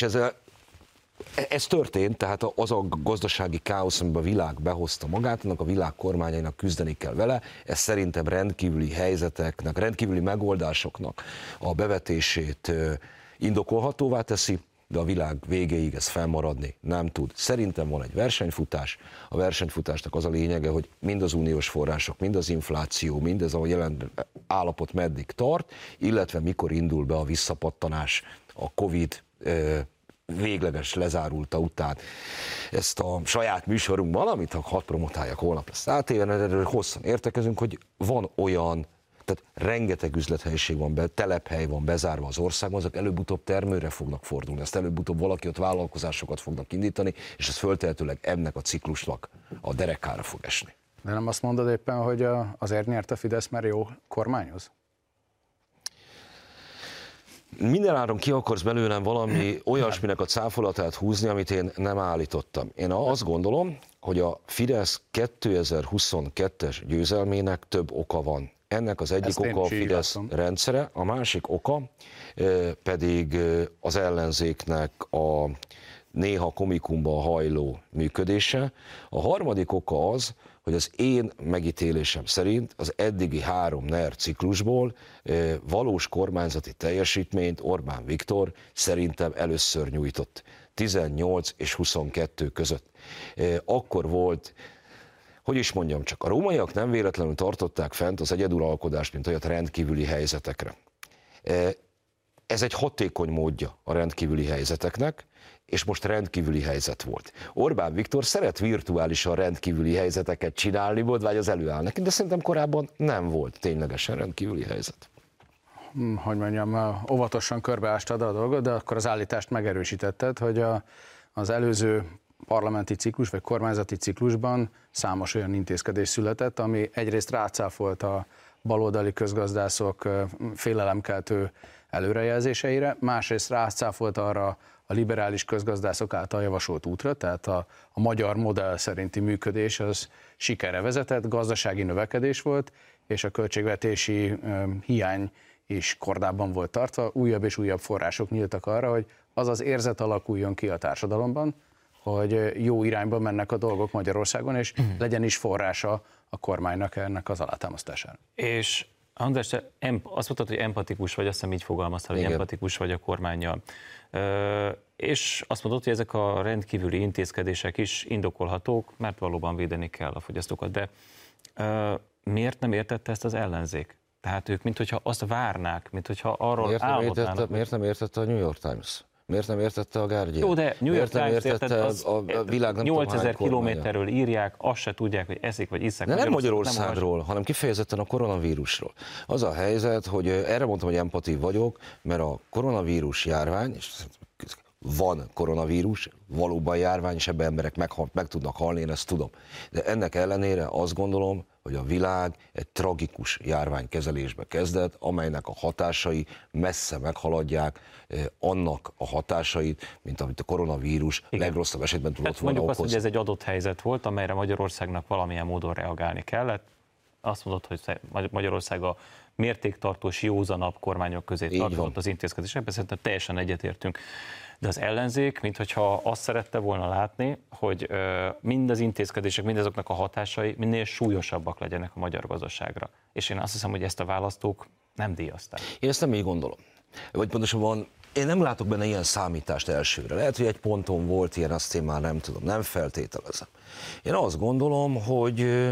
Speaker 2: ez történt, tehát az a gazdasági káosz, amiben a világ behozta magát, annak a világ kormányainak küzdeni kell vele. Ez szerintem rendkívüli helyzeteknek, rendkívüli megoldásoknak a bevetését indokolhatóvá teszi, de a világ végéig ez fennmaradni nem tud. Szerintem van egy versenyfutás, a versenyfutásnak az a lényege, hogy mind az uniós források, mind az infláció, mindez a jelen állapot meddig tart, illetve mikor indul be a visszapattanás a Covid végleges lezárulta után. Ezt a saját műsorunkban, amit ha promotálják, holnap lesz átéven, erről hosszan értekezünk, hogy van olyan, tehát rengeteg üzlethelyiség van, telephely van bezárva az országban, azok előbb-utóbb termőre fognak fordulni, ezt előbb-utóbb valaki ott vállalkozásokat fognak indítani, és ez föltehetőleg ennek a ciklusnak a derekára fog esni.
Speaker 3: De nem azt mondod éppen, hogy azért nyert a Fidesz, mert jó kormányoz?
Speaker 2: Mindenáron ki akarsz belőlem valami olyasminek a cáfolatát húzni, amit én nem állítottam. Én azt gondolom, hogy a Fidesz 2022-es győzelmének több oka van. Ennek az egyik oka a Fidesz rendszere, a másik oka pedig az ellenzéknek a néha komikumba hajló működése. A harmadik oka az, hogy az én megítélésem szerint az eddigi 3 NER ciklusból valós kormányzati teljesítményt Orbán Viktor szerintem először nyújtott 18 és 22 között. Akkor volt, hogy is mondjam csak, a rómaiak nem véletlenül tartották fent az egyeduralkodást, mint olyat rendkívüli helyzetekre. Ez egy hatékony módja a rendkívüli helyzeteknek, és most rendkívüli helyzet volt. Orbán Viktor szeret virtuálisan rendkívüli helyzeteket csinálni, vagy az előáll neki, de szerintem korábban nem volt ténylegesen rendkívüli helyzet.
Speaker 3: Hogy mondjam, óvatosan körbeástad a dolgot, de akkor az állítást megerősítetted, hogy az előző parlamenti ciklus, vagy kormányzati ciklusban számos olyan intézkedés született, ami egyrészt rácáfolt a baloldali közgazdászok félelemkeltő előrejelzéseire, másrészt rácáfolt arra a liberális közgazdászok által javasolt útra, tehát a magyar modell szerinti működés az sikerre vezetett, gazdasági növekedés volt, és a költségvetési hiány is kordában volt tartva, újabb és újabb források nyíltak arra, hogy az az érzet alakuljon ki a társadalomban, hogy jó irányba mennek a dolgok Magyarországon, és legyen is forrása a kormánynak ennek az alátámasztására.
Speaker 1: És András, te azt mondtad, hogy empatikus vagy, azt hiszem így fogalmaztál, hogy empatikus vagy a kormánnyal. És azt mondod, hogy ezek a rendkívüli intézkedések is indokolhatók, mert valóban védeni kell a fogyasztókat. De miért nem értette ezt az ellenzék? Tehát ők, minthogyha azt várnák, minthogyha arról álmodnának.
Speaker 2: Miért nem értette a New York Times? Miért nem értette a Guardian?
Speaker 1: Jó, de New York Times értette,
Speaker 2: a világ nem
Speaker 1: 8000 kilométerről írják, azt se tudják, hogy eszik vagy iszák.
Speaker 2: De nem Magyarországról, hanem kifejezetten a koronavírusról. Az a helyzet, hogy erre mondtam, hogy empatív vagyok, mert a koronavírus járvány, és van koronavírus, valóban járvány, és ebben emberek meg tudnak halni, én ezt tudom. De ennek ellenére azt gondolom, hogy a világ egy tragikus járványkezelésbe kezdett, amelynek a hatásai messze meghaladják annak a hatásait, mint amit a koronavírus legrosszabb esetben tudott volna
Speaker 1: mondjuk
Speaker 2: okozni.
Speaker 1: azt, hogy ez egy adott helyzet volt, amelyre Magyarországnak valamilyen módon reagálni kellett. Azt mondod, hogy Magyarország a mértéktartós, józanabb kormányok közé tartozott az intézkedésekben, szerintem teljesen egyetértünk. De az ellenzék, minthogyha azt szerette volna látni, hogy mind az intézkedések, mindazoknak a hatásai minél súlyosabbak legyenek a magyar gazdaságra. És én azt hiszem, hogy ezt a választók nem díjazták.
Speaker 2: Én ezt nem így gondolom. Vagy pontosabban én nem látok benne ilyen számítást elsőre. Lehet, hogy egy ponton volt ilyen, azt én már nem tudom, nem feltételezem. Én azt gondolom, hogy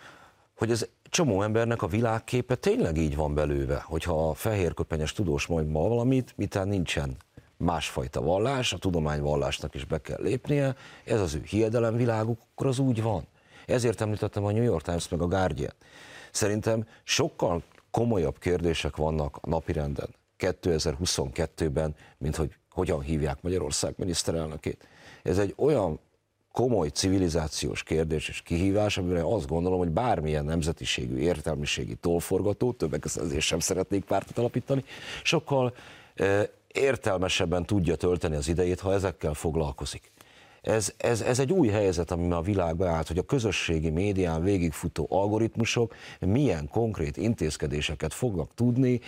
Speaker 2: ez csomó embernek a világképe tényleg így van belőle, hogyha a fehérköpenyes tudós mond ma valamit, mitán nincsen másfajta vallás, a tudományvallásnak is be kell lépnie, ez az ő hiedelemviláguk, akkor az úgy van. Ezért említettem a New York Times meg a Guardian. Szerintem sokkal komolyabb kérdések vannak a napirenden 2022-ben, mint hogy hogyan hívják Magyarország miniszterelnökét. Ez egy olyan komoly civilizációs kérdés és kihívás, amire azt gondolom, hogy bármilyen nemzetiségű, értelmiségi tollforgató, többek között sem szeretnék pártot alapítani, sokkal értelmesebben tudja tölteni az idejét, ha ezekkel foglalkozik. Ez egy új helyzet, ami a világba állt, hogy a közösségi médián végigfutó algoritmusok milyen konkrét intézkedéseket fognak tudni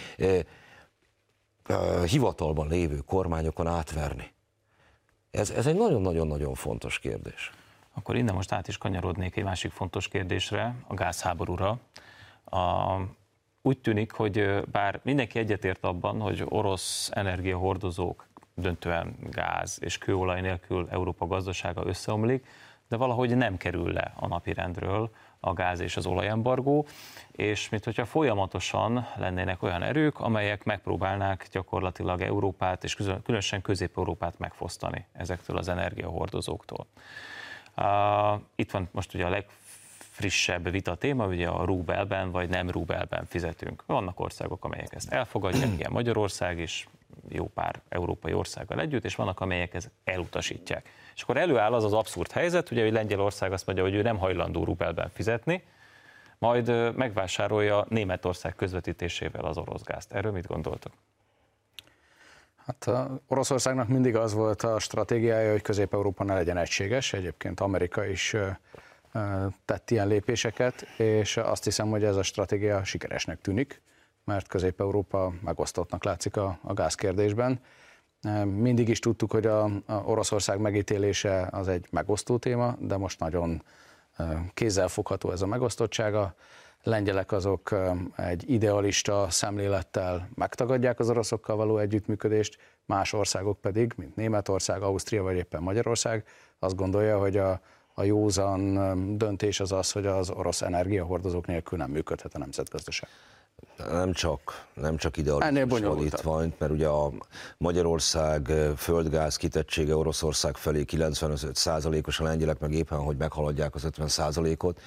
Speaker 2: hivatalban lévő kormányokon átverni. Ez egy nagyon-nagyon-nagyon fontos kérdés.
Speaker 1: Akkor innen most át is kanyarodnék egy másik fontos kérdésre, a gázháborúra. Úgy tűnik, hogy bár mindenki egyetért abban, hogy orosz energiahordozók, döntően gáz és kőolaj nélkül Európa gazdasága összeomlik, de valahogy nem kerül le a napirendről a gáz és az olajembargó, és minthogyha folyamatosan lennének olyan erők, amelyek megpróbálnák gyakorlatilag Európát és különösen Közép-Európát megfosztani ezektől az energiahordozóktól. Itt van most ugye a legfrissebb vita téma, ugye a rubelben vagy nem rubelben fizetünk. Vannak országok, amelyek ezt elfogadják, ilyen Magyarország is, jó pár európai országgal együtt, és vannak, amelyek ezt elutasítják. És akkor előáll az az abszurd helyzet, ugye, hogy Lengyelország azt mondja, hogy ő nem hajlandó rubelben fizetni, majd megvásárolja Németország közvetítésével az orosz gázt. Erről mit gondoltok?
Speaker 3: Hát Oroszországnak mindig az volt a stratégiája, hogy Közép-Európa ne legyen egységes, egyébként Amerika is tett ilyen lépéseket, és azt hiszem, hogy ez a stratégia sikeresnek tűnik, mert Közép-Európa megosztottnak látszik a gázkérdésben. Mindig is tudtuk, hogy a Oroszország megítélése az egy megosztó téma, de most nagyon kézzelfogható ez a megosztottsága. Lengyelek azok egy idealista szemlélettel megtagadják az oroszokkal való együttműködést, más országok pedig, mint Németország, Ausztria vagy éppen Magyarország, azt gondolja, hogy a józan döntés az az, hogy az orosz energiahordozók nélkül nem működhet a nemzetgazdaság.
Speaker 2: Nem csak idealizmus van itt van, mert ugye a Magyarország földgáz kitettsége Oroszország felé 95%-os, a lengyelek meg éppen, hogy meghaladják az 50%-ot.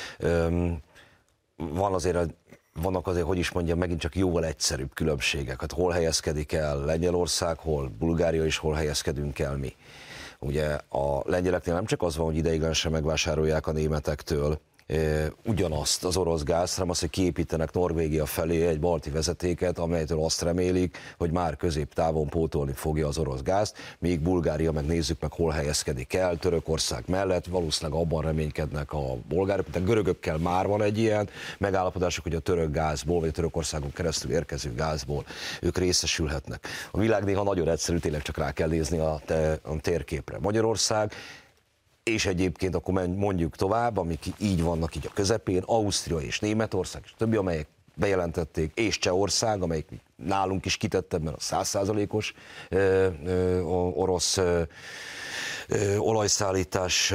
Speaker 2: Vannak azért, hogy is mondjam, megint csak jóval egyszerűbb különbségek. Hát hol helyezkedik el Lengyelország, hol Bulgária és hol helyezkedünk el mi. Ugye a lengyeleknél nem csak az van, hogy ideiglenesen megvásárolják a németektől ugyanazt az orosz gázt, hanem azt, hogy kiépítenek Norvégia felé egy balti vezetéket, amelytől azt remélik, hogy már középtávon pótolni fogja az orosz gázt, míg Bulgária, meg nézzük meg, hol helyezkedik el, Törökország mellett, valószínűleg abban reménykednek a bolgárok, de a görögökkel már van egy ilyen megállapodásuk, hogy a török gázból, vagy a Törökországon keresztül érkező gázból ők részesülhetnek. A világ néha nagyon egyszerű, tényleg csak rá kell nézni a térképre. Magyarország, és egyébként akkor mondjuk tovább, amik így vannak így a közepén, Ausztria és Németország, és többi, amelyek bejelentették, és Csehország, amelyik nálunk is kitettebb, mert a 100%-os orosz olajszállítás,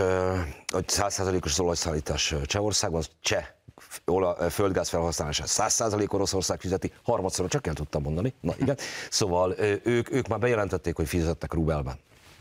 Speaker 2: 100%-os olajszállítás Csehországban, az cseh földgáz felhasználását 100% Oroszország fizeti, harmadszor csak el tudtam mondani. Na igen. Szóval ők már bejelentették, hogy fizettek rubelben.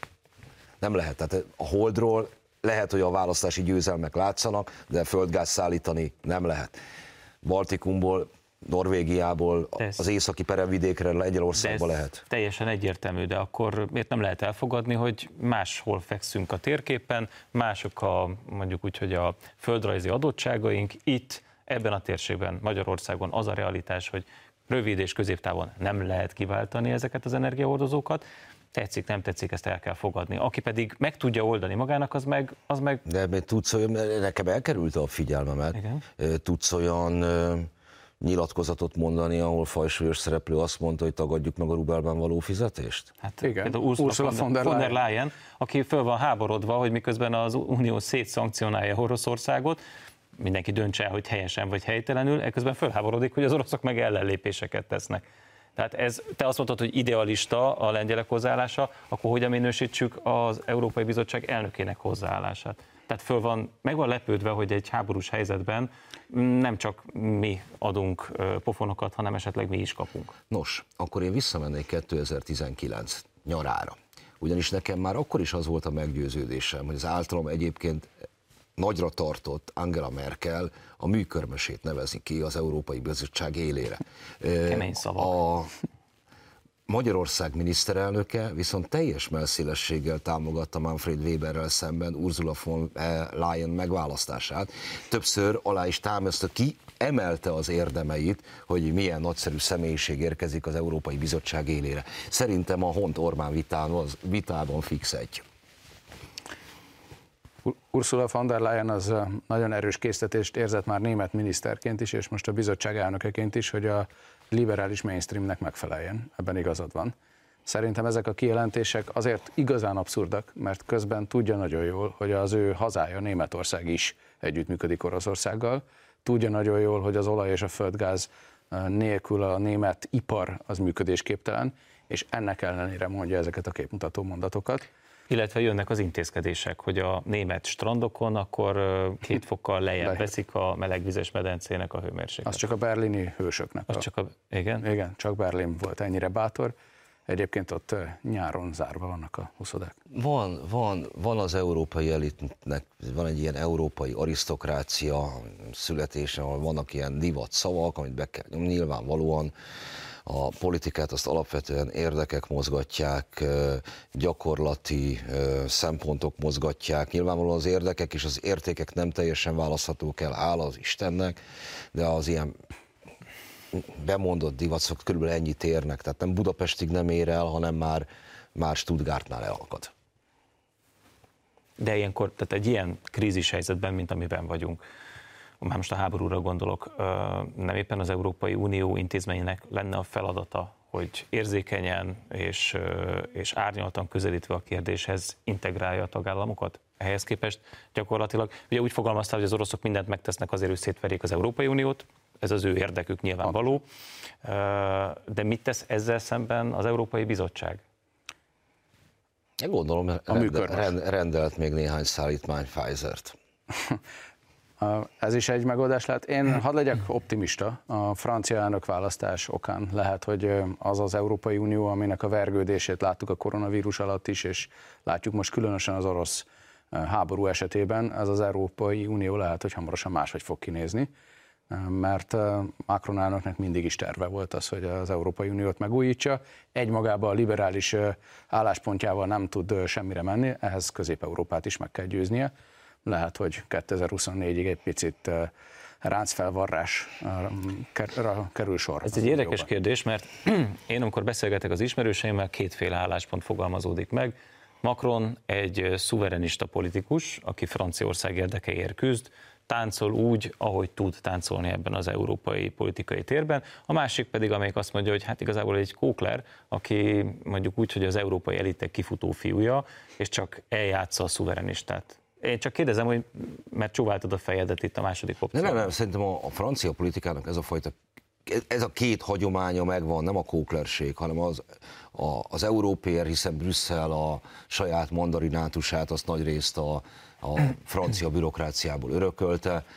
Speaker 2: Nem lehet. Tehát a Holdról lehet, hogy a választási győzelmek látszanak, de földgáz szállítani nem lehet. Baltikumból, Norvégiából, az északi peremvidékre, Lengyelországba lehet.
Speaker 1: Teljesen egyértelmű, de akkor miért nem lehet elfogadni, hogy máshol fekszünk a térképen, mások mondjuk úgy, hogy a földrajzi adottságaink, itt ebben a térségben, Magyarországon az a realitás, hogy rövid és középtávon nem lehet kiváltani ezeket az energiahordozókat. Tetszik, nem tetszik, ezt el kell fogadni. Aki pedig meg tudja oldani magának, az meg...
Speaker 2: De tudsz olyan, nekem elkerült a figyelmemet, igen. Tudsz olyan nyilatkozatot mondani, ahol fajsúlyos szereplő azt mondta, hogy tagadjuk meg a rubelben való fizetést?
Speaker 1: Hát igen, Ursula von der Leyen, aki föl van háborodva, hogy miközben az Unió szétszankcionálja Oroszországot, mindenki döntse el, hogy helyesen vagy helytelenül, ekközben fölháborodik, hogy az oroszok meg ellenlépéseket tesznek. Tehát te azt mondtad, hogy idealista a lengyelek hozzáállása, akkor hogyan minősítsük az Európai Bizottság elnökének hozzáállását? Tehát meg van lepődve, hogy egy háborús helyzetben nem csak mi adunk pofonokat, hanem esetleg mi is kapunk.
Speaker 2: Nos, akkor én visszamennék 2019 nyarára. Ugyanis nekem már akkor is az volt a meggyőződésem, hogy az általam egyébként nagyra tartott Angela Merkel a műkörmösét nevezi ki az Európai Bizottság élére.
Speaker 1: Kemény szavak.
Speaker 2: A Magyarország miniszterelnöke viszont teljes mellszélességgel támogatta Manfred Weberrel szemben Ursula von Leyen megválasztását. Többször alá is támasztotta ki, emelte az érdemeit, hogy milyen nagyszerű személyiség érkezik az Európai Bizottság élére. Szerintem a Hont-Orbán vitában fix egy.
Speaker 3: Ursula von der Leyen az nagyon erős késztetést érzett már német miniszterként is, és most a bizottság elnökeként is, hogy a liberális mainstreamnek megfeleljen. Ebben igazad van. Szerintem ezek a kijelentések azért igazán abszurdak, mert közben tudja nagyon jól, hogy az ő hazája, Németország is együttműködik Oroszországgal. Tudja nagyon jól, hogy az olaj és a földgáz nélkül a német ipar az működésképtelen, és ennek ellenére mondja ezeket a képmutató mondatokat.
Speaker 1: Illetve jönnek az intézkedések, hogy a német strandokon akkor 2 fokkal lejjebb veszik a melegvizes medencének a hőmérsékletet.
Speaker 3: Az csak a berlini hősöknek.
Speaker 1: Igen?
Speaker 3: Igen, csak Berlin volt ennyire bátor. Egyébként ott nyáron zárva vannak a huszodák.
Speaker 2: Van az európai elitnek, van egy ilyen európai arisztokrácia születése, ahol vannak ilyen divat szavak, amit be kell nyomni, nyilvánvalóan. A politikát azt alapvetően érdekek mozgatják, gyakorlati szempontok mozgatják. Nyilvánvalóan az érdekek és az értékek nem teljesen választhatók el, áll az Istennek, de az ilyen bemondott divatszok körülbelül ennyit érnek, tehát nem Budapestig nem ér el, hanem már Stuttgartnál elakad.
Speaker 1: De ilyenkor, tehát egy ilyen krízis helyzetben, mint amiben vagyunk, már most a háborúra gondolok, nem éppen az Európai Unió intézményének lenne a feladata, hogy érzékenyen és árnyaltan közelítve a kérdéshez integrálja a tagállamokat? Ehhez képest gyakorlatilag, ugye úgy fogalmaztál, hogy az oroszok mindent megtesznek azért, hogy szétverjék az Európai Uniót, ez az ő érdekük nyilvánvaló, de mit tesz ezzel szemben az Európai Bizottság?
Speaker 2: Én gondolom, rendelt még néhány szállítmány Pfizer-t.
Speaker 3: Ez is egy megoldás lehet. Én hadd legyek optimista. A francia elnökválasztás okán lehet, hogy az az Európai Unió, aminek a vergődését láttuk a koronavírus alatt is, és látjuk most különösen az orosz háború esetében, ez az Európai Unió lehet, hogy hamarosan máshogy fog kinézni, mert Macron elnöknek mindig is terve volt az, hogy az Európai Uniót megújítsa. Egymagában a liberális álláspontjával nem tud semmire menni, ehhez Közép-Európát is meg kell győznie. Lehet, hogy 2024-ig egy picit ráncfelvarrásra kerül sor. Ez
Speaker 1: egy érdekes kérdés, mert én amikor beszélgetek az ismerőseimmel, kétféle álláspont fogalmazódik meg. Macron egy szuverenista politikus, aki Franciaország érdekeiért küzd, táncol úgy, ahogy tud táncolni ebben az európai politikai térben. A másik pedig, amelyik azt mondja, hogy hát igazából egy kókler, aki mondjuk úgy, hogy az európai elitek kifutó fiúja, és csak eljátsza a szuverenistát. Én csak kérdezem, hogy mert csóváltad a fejedet itt a második opció.
Speaker 2: Nem, szerintem a francia politikának ez a két hagyománya megvan, nem a kóklerség, hanem az európér, hiszen Brüsszel a saját mandarinátusát azt nagyrészt a francia bürokráciából örökölte.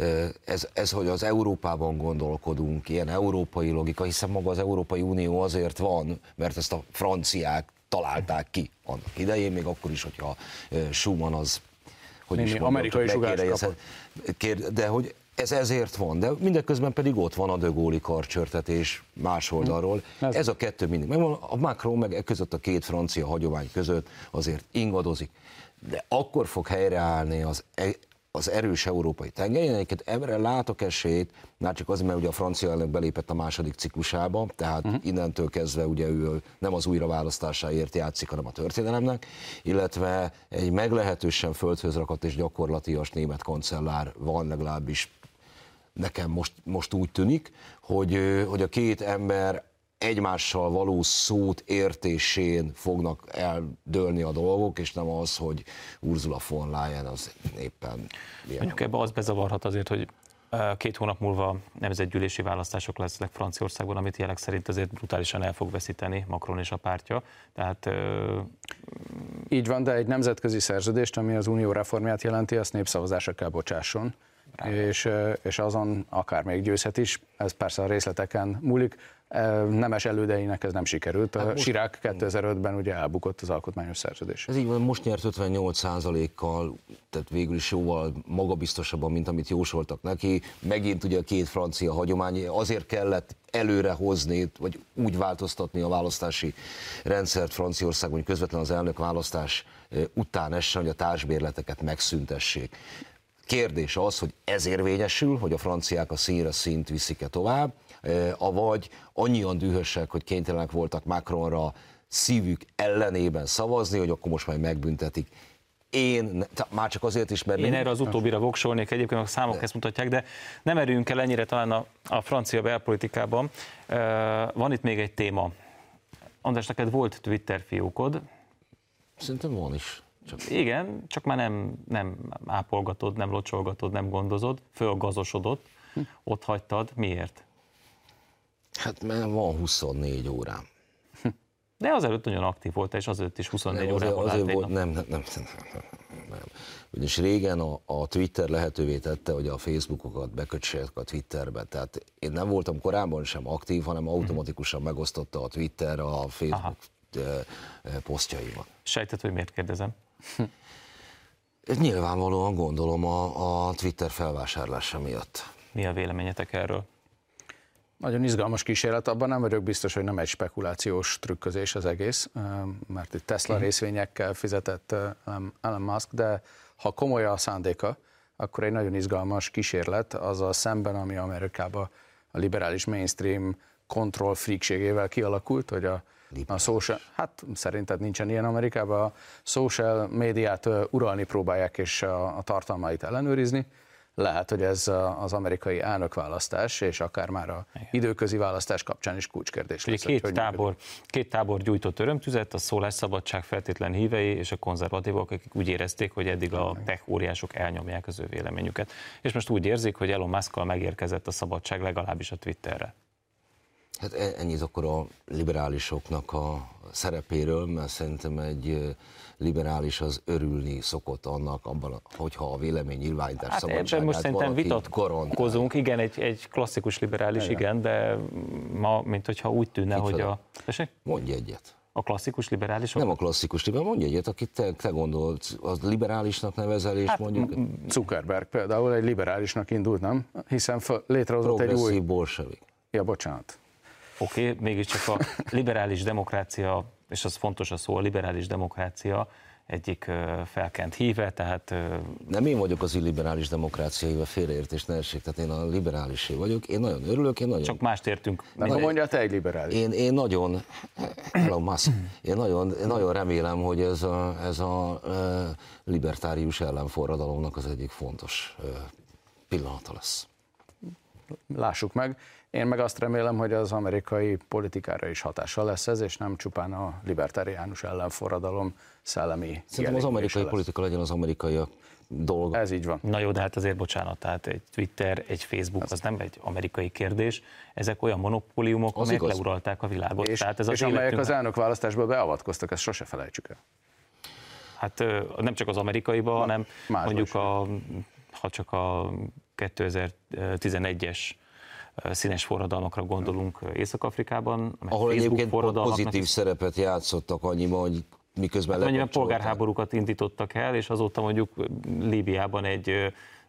Speaker 2: Ez, hogy az Európában gondolkodunk, ilyen európai logika, hiszen maga az Európai Unió azért van, mert ezt a franciák találták ki annak idején, még akkor is, hogyha Schuman az, hogy is mondom,
Speaker 3: amerikai sugárt kapott.
Speaker 2: De hogy ez ezért van, de mindeközben pedig ott van a de Gaulle-i karcsörtetés más oldalról. Ez a kettő mindig megvan, a Macron meg között a két francia hagyomány között azért ingadozik. De akkor fog helyreállni az erős európai tengelyen, egyébként ebben látok esélyt, már csak azért, mert ugye a francia elnök belépett a második ciklusába, tehát innentől kezdve ugye ő nem az újraválasztásáért játszik, hanem a történelemnek, illetve egy meglehetősen földhöz rakott és gyakorlatias német kancellár van, legalábbis nekem most úgy tűnik, hogy a két ember egymással való szót értésén fognak eldőlni a dolgok, és nem az, hogy Ursula von Leyen az éppen...
Speaker 1: Mondjuk ebbe az bezavarhat azért, hogy 2 hónap múlva nemzetgyűlési választások lesznek Franciaországban, amit jelek szerint azért brutálisan el fog veszíteni Macron és a pártja. Tehát...
Speaker 3: Így van, de egy nemzetközi szerződést, ami az unió reformját jelenti, azt népszavazásra kell bocsásson. És azon akár még győzhet is, ez persze a részleteken múlik. Nemes elődeinek ez nem sikerült. Hát Chirac 2005-ben ugye elbukott az alkotmányos szerződés.
Speaker 2: Ez így van, most nyert 58%-kal, tehát végül is jóval magabiztosabban, mint amit jósoltak neki. Megint ugye a két francia hagyomány, azért kellett előre hozni, vagy úgy változtatni a választási rendszert Franciaországban, hogy közvetlenül az elnökválasztás után essen, hogy a társbérleteket megszüntessék. Kérdés az, hogy ez érvényesül, hogy a franciák a színre színt viszik-e tovább, avagy annyian dühösek, hogy kénytelenek voltak Macronra szívük ellenében szavazni, hogy akkor most majd megbüntetik. Már csak azért is, mert...
Speaker 1: Én erre az utóbbira voksolnék, egyébként a számok ezt mutatják, de nem erőjünk el ennyire talán a francia belpolitikában. Van itt még egy téma. András, neked volt Twitter fiókod?
Speaker 2: Szerintem van is.
Speaker 1: Igen, csak már nem ápolgatod, nem locsolgatod, nem gondozod, fölgazosodott, ott hagytad. Miért?
Speaker 2: Hát mert van 24 órám.
Speaker 1: De azelőtt nagyon aktív volt, és azelőtt is 24 órában állt egy nap.
Speaker 2: Nem. Ugyanis régen a Twitter lehetővé tette, hogy a Facebookokat bekötsék a Twitterbe. Tehát én nem voltam korábban sem aktív, hanem automatikusan megosztotta a Twitter a Facebook posztjaimat.
Speaker 1: Sejtett, hogy miért kérdezem?
Speaker 2: Nyilvánvalóan gondolom a Twitter felvásárlása miatt.
Speaker 1: Mi a véleményetek erről?
Speaker 3: Nagyon izgalmas kísérlet, abban nem vagyok biztos, hogy nem egy spekulációs trükközés az egész, mert itt Tesla részvényekkel fizetett Elon Musk, de ha komoly a szándéka, akkor egy nagyon izgalmas kísérlet azzal szemben, ami Amerikában liberális mainstream kontroll freakségével kialakult, hogy a social, hát szerinted nincsen ilyen Amerikában, a social médiát uralni próbálják és a tartalmait ellenőrizni. Lehet, hogy ez az amerikai elnökválasztás, és akár már a időközi választás kapcsán is kulcskérdés lesz.
Speaker 1: Két tábor gyújtott örömtüzet, a szólásszabadság feltétlen hívei és a konzervatívok, akik úgy érezték, hogy eddig a tech óriások elnyomják az ő véleményüket. És most úgy érzik, hogy Elon Muskkal megérkezett a szabadság legalábbis a Twitterre.
Speaker 2: Hát ennyit akkor a liberálisoknak a szerepéről, mert szerintem egy liberális az örülni szokott annak, abban, hogyha a véleménynyilvánítás szabadságát
Speaker 1: most szerintem vitatkozunk, igen, egy klasszikus liberális, igen, de ma, mint hogyha úgy tűnne, hogy a...
Speaker 2: Mondj egyet.
Speaker 1: A klasszikus liberálisok?
Speaker 2: Nem a klasszikus liberális, mondj egyet, akit te gondolsz, az liberálisnak nevezel, és mondjuk...
Speaker 3: Zuckerberg például egy liberálisnak indult, nem? Hiszen létrehozott egy új...
Speaker 2: Progresszív bolsevik.
Speaker 3: Ja, bocsánat.
Speaker 1: Oké, mégiscsak a liberális demokrácia, és az fontos a szó, a liberális demokrácia egyik felkent híve, tehát...
Speaker 2: Nem én vagyok az illiberális demokrácia híve, félreértés ne essék, tehát én a liberálisé vagyok, én nagyon örülök, én nagyon...
Speaker 1: Csak mást értünk.
Speaker 3: Nem mondja, te egy liberális.
Speaker 2: Én nagyon, Elon Musk, én nagyon remélem, hogy ez a libertárius ellenforradalomnak az egyik fontos pillanata lesz.
Speaker 3: Lássuk meg. Én meg azt remélem, hogy az amerikai politikára is hatással lesz ez, és nem csupán a libertáriánus ellenforradalom szellemi.
Speaker 2: Szerintem az amerikai politika legyen az amerikaiak dolga.
Speaker 3: Ez így van.
Speaker 1: Na jó, de hát azért bocsánat, tehát egy Twitter, egy Facebook, az nem egy amerikai kérdés. Ezek olyan monopóliumok, amelyek leuralták a világot.
Speaker 3: És,
Speaker 1: tehát ez
Speaker 3: és amelyek az elnökválasztásba beavatkoztak, ezt sose felejtsük el.
Speaker 1: Hát nem csak az amerikaiba, hanem mondjuk ha csak a 2011-es színes forradalmakra gondolunk Észak-Afrikában.
Speaker 2: Ahol egyébként pozitív szerepet játszottak annyiban, hogy miközben
Speaker 1: lekapcsolták. Polgárháborúkat indítottak el, és azóta mondjuk Líbiában egy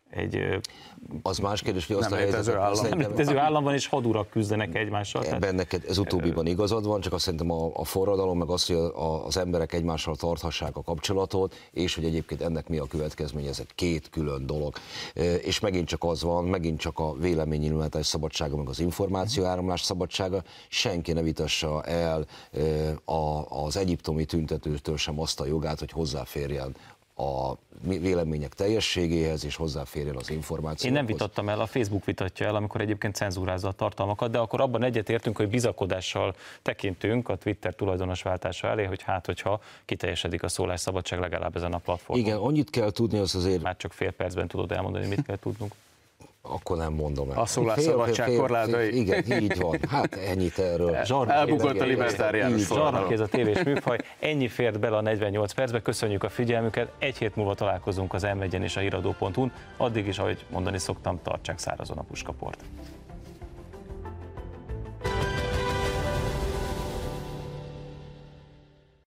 Speaker 2: az más kérdés, hogy azt
Speaker 3: nem
Speaker 1: létező államban, és hadurak küzdenek egymással.
Speaker 2: Ebben neked ez utóbbiban igazad van, csak azt szerintem a forradalom, meg az, hogy az emberek egymással tarthassák a kapcsolatot, és hogy egyébként ennek mi a következménye, ezek két külön dolog. És megint csak az van, megint csak a véleménynyilvánítás szabadsága, meg az információáramlás szabadsága, senki ne vitassa el az egyiptomi tüntetőtől sem azt a jogát, hogy hozzáférjen a vélemények teljességéhez, és hozzáférjen az információhoz.
Speaker 1: Én nem vitattam el, a Facebook vitatja el, amikor egyébként cenzúrázza a tartalmakat, de akkor abban egyetértünk, hogy bizakodással tekintünk a Twitter tulajdonos váltása elé, hogy hogyha kiteljesedik a szólásszabadság legalább ezen a platformon.
Speaker 2: Igen, annyit kell tudni, az azért...
Speaker 1: Már csak fél percben tudod elmondani, mit kell tudnunk.
Speaker 2: Akkor nem mondom el.
Speaker 3: A szólásszabadság korlátai.
Speaker 2: Igen, így van. Hát ennyit erről.
Speaker 3: Elbukott a libertáriánus forradalom.
Speaker 1: Zsarnok ez a tévés műfaj. Ennyi fért bele a 48 percbe. Köszönjük a figyelmüket. Egy hét múlva találkozunk az M1-en és a híradó.hu-n. Addig is, ahogy mondani szoktam, tartsák szárazon a puskaport.